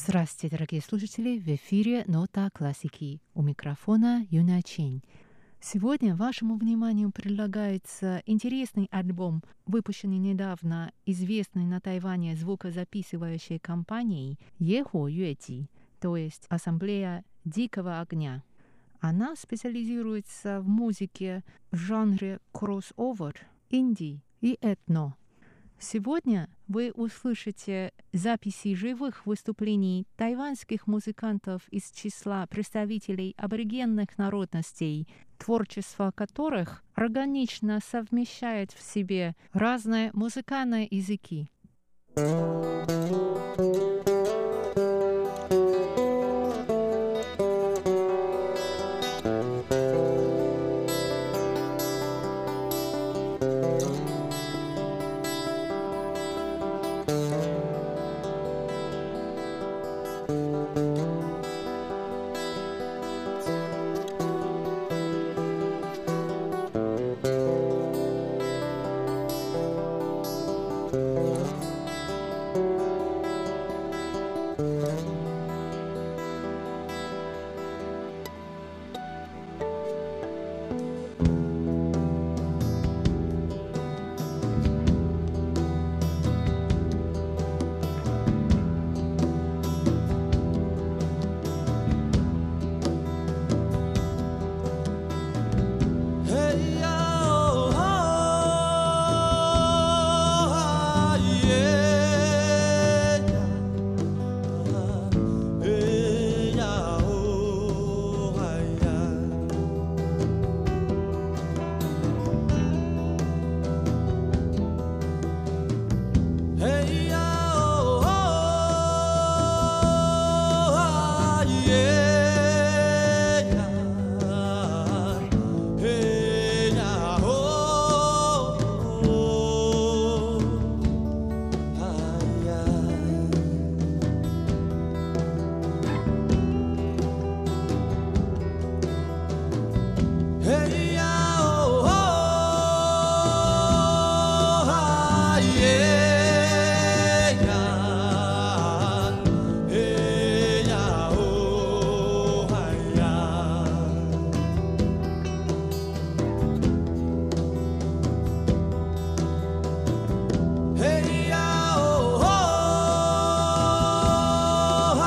Здравствуйте, дорогие слушатели! В эфире «Нота классики». У микрофона Юна Чень. Сегодня вашему вниманию предлагается интересный альбом, выпущенный недавно известной на Тайване звукозаписывающей компанией Ехо Юэти, то есть Ассамблея Дикого Огня. Она специализируется в музыке в жанре кроссовер, инди и этно. Сегодня вы услышите записи живых выступлений тайваньских музыкантов из числа представителей аборигенных народностей, творчество которых органично совмещает в себе разные музыкальные языки.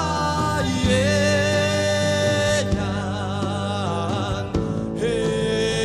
Hey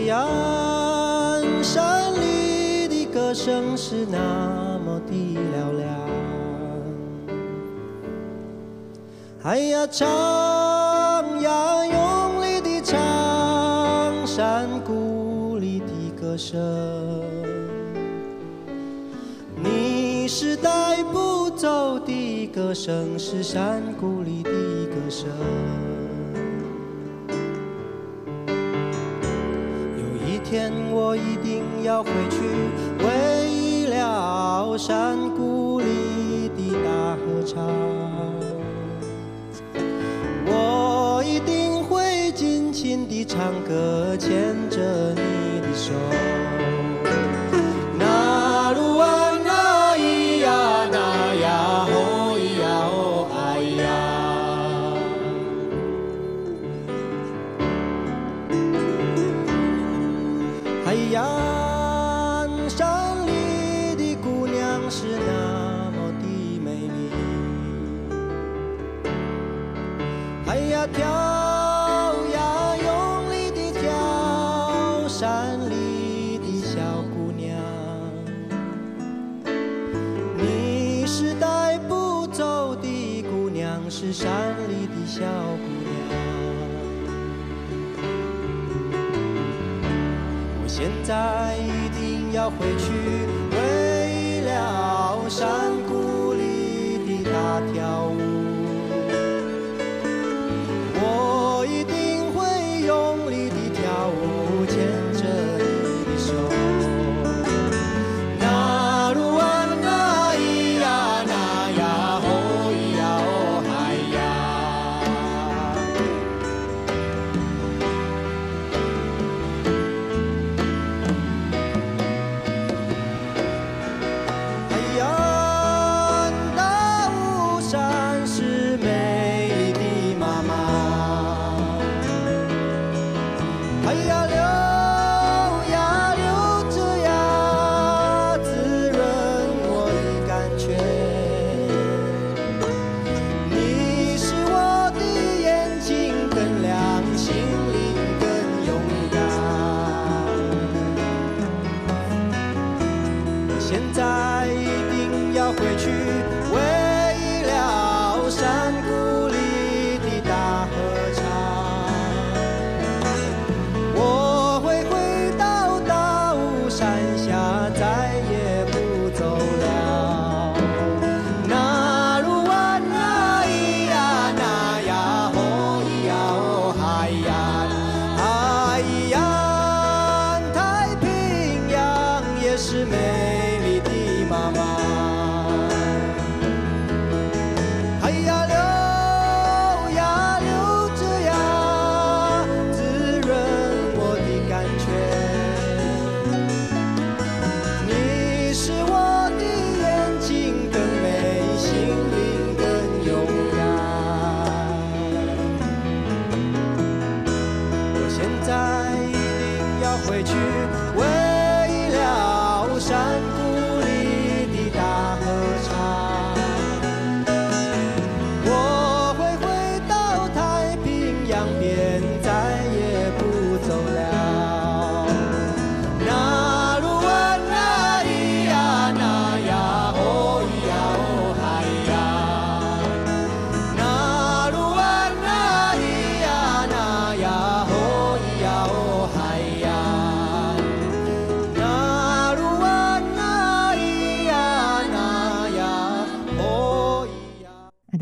呀，山里的歌声是那么的嘹亮。哎呀，唱呀，用力的唱，山谷里的歌声。你是带不走的歌声，是山谷里的歌声。有一天我一定要回去，为了山谷里的大合唱。我一定会尽情地唱歌，牵着你的手。那鲁啊那咿呀那呀哦咿呀哦哎呀，哎呀，山里的姑娘是那么的美丽。哎呀，跳呀，用力地跳，山里的小姑娘。你是带不走的姑娘，是山里的小姑娘。我现在一定要回去，为了山谷里的大跳舞。我一定会用力地跳舞，牵着你的手。那鲁啊那咿呀那呀哦咿呀哦嗨呀，哎呀，大雾山是美丽的妈妈。哎呀，流呀流着呀，滋润我的感觉。你使我的眼睛更亮，心灵更勇敢。我现在一定要回去，为了山谷里的大合唱。我会回到大雾山下，再也不走了。那鲁啊那咿呀那呀哦咿呀哦嗨呀，哎呀，太平洋也是美丽的妈妈。哎呀，流呀流着呀，滋润我的感觉。你使我的眼睛更美，心灵更勇敢。我现在一定要回去，